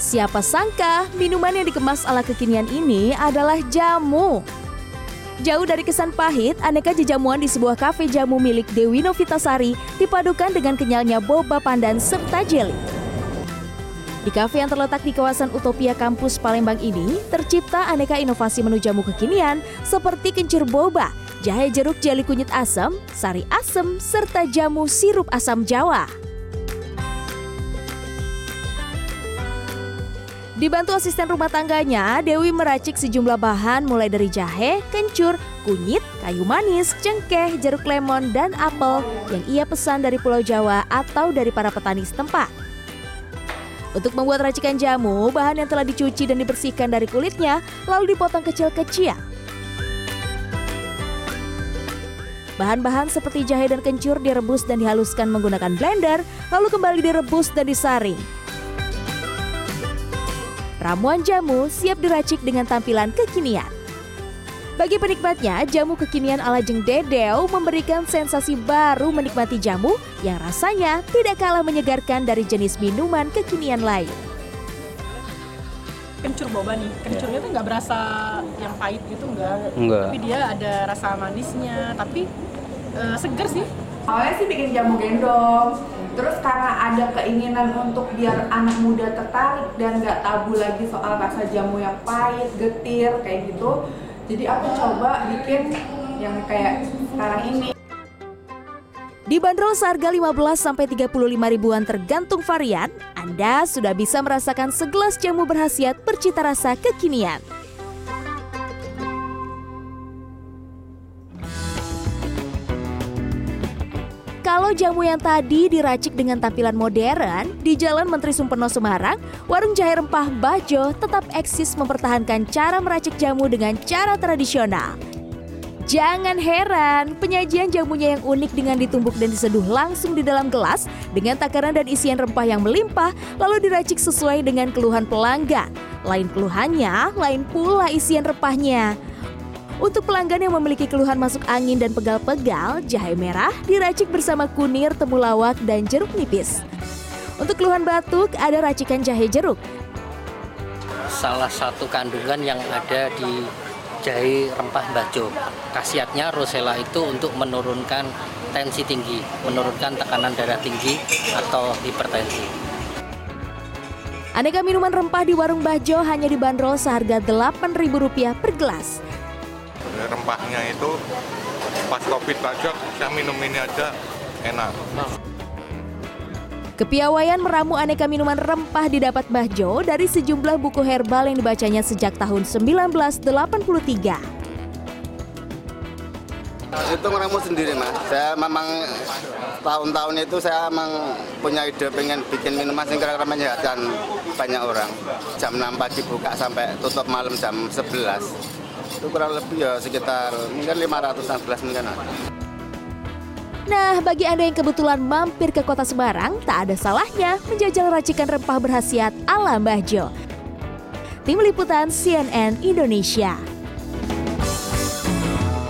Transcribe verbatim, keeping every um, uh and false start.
Siapa sangka minuman yang dikemas ala kekinian ini adalah jamu. Jauh dari kesan pahit, aneka jajamuan di sebuah kafe jamu milik Dewi Novitasari dipadukan dengan kenyalnya boba pandan serta jeli. Di kafe yang terletak di kawasan Utopia Kampus Palembang ini, tercipta aneka inovasi menu jamu kekinian seperti kencur boba, jahe jeruk jeli kunyit asam, sari asem, serta jamu sirup asam Jawa. Dibantu asisten rumah tangganya, Dewi meracik sejumlah bahan mulai dari jahe, kencur, kunyit, kayu manis, cengkeh, jeruk lemon, dan apel yang ia pesan dari Pulau Jawa atau dari para petani setempat. Untuk membuat racikan jamu, bahan yang telah dicuci dan dibersihkan dari kulitnya lalu dipotong kecil-kecil. Bahan-bahan seperti jahe dan kencur direbus dan dihaluskan menggunakan blender, lalu kembali direbus dan disaring. Ramuan jamu siap diracik dengan tampilan kekinian. Bagi penikmatnya, jamu kekinian ala Jeng Dedeu memberikan sensasi baru menikmati jamu yang rasanya tidak kalah menyegarkan dari jenis minuman kekinian lain. Kencur boba nih, kencurnya tuh nggak berasa yang pahit gitu, enggak. Enggak. Tapi dia ada rasa manisnya, tapi uh, seger sih. Awalnya sih bikin jamu gendong, terus karena ada keinginan untuk biar anak muda tertarik dan nggak tabu lagi soal rasa jamu yang pahit, getir, kayak gitu. Jadi aku coba bikin yang kayak sekarang ini. Dibanderol seharga lima belas sampai tiga puluh lima ribuan tergantung varian, Anda sudah bisa merasakan segelas jamu berkhasiat bercita rasa kekinian. Kalau jamu yang tadi diracik dengan tampilan modern, di Jalan Menteri Sumpeno Semarang, warung jahe rempah Bajo tetap eksis mempertahankan cara meracik jamu dengan cara tradisional. Jangan heran, penyajian jamunya yang unik dengan ditumbuk dan diseduh langsung di dalam gelas dengan takaran dan isian rempah yang melimpah, lalu diracik sesuai dengan keluhan pelanggan. Lain keluhannya, lain pula isian rempahnya. Untuk pelanggan yang memiliki keluhan masuk angin dan pegal-pegal, jahe merah diracik bersama kunir, temulawak, dan jeruk nipis. Untuk keluhan batuk, ada racikan jahe jeruk. Salah satu kandungan yang ada di jahe rempah Bajo. Khasiatnya Rosella itu untuk menurunkan tensi tinggi, menurunkan tekanan darah tinggi atau hipertensi. Aneka minuman rempah di warung Bajo hanya dibanderol seharga delapan ribu rupiah per gelas. Rempahnya itu pas COVID aja saya minum ini aja enak. Kepiawaian meramu aneka minuman rempah didapat Bajo dari sejumlah buku herbal yang dibacanya sejak tahun seribu sembilan ratus delapan puluh tiga. Itu ngeramu sendiri mas, saya memang tahun-tahun itu saya memang punya ide pengen bikin minuman yang kira-kira menyehatkan banyak orang. Jam enam pagi buka sampai tutup malam jam sebelas. Itu kurang lebih ya sekitar mungkin lima ratus gelas mungkin. Nah, bagi Anda yang kebetulan mampir ke kota Semarang, tak ada salahnya menjajal racikan rempah berkhasiat ala Mbah Jo. Tim Liputan C N N Indonesia.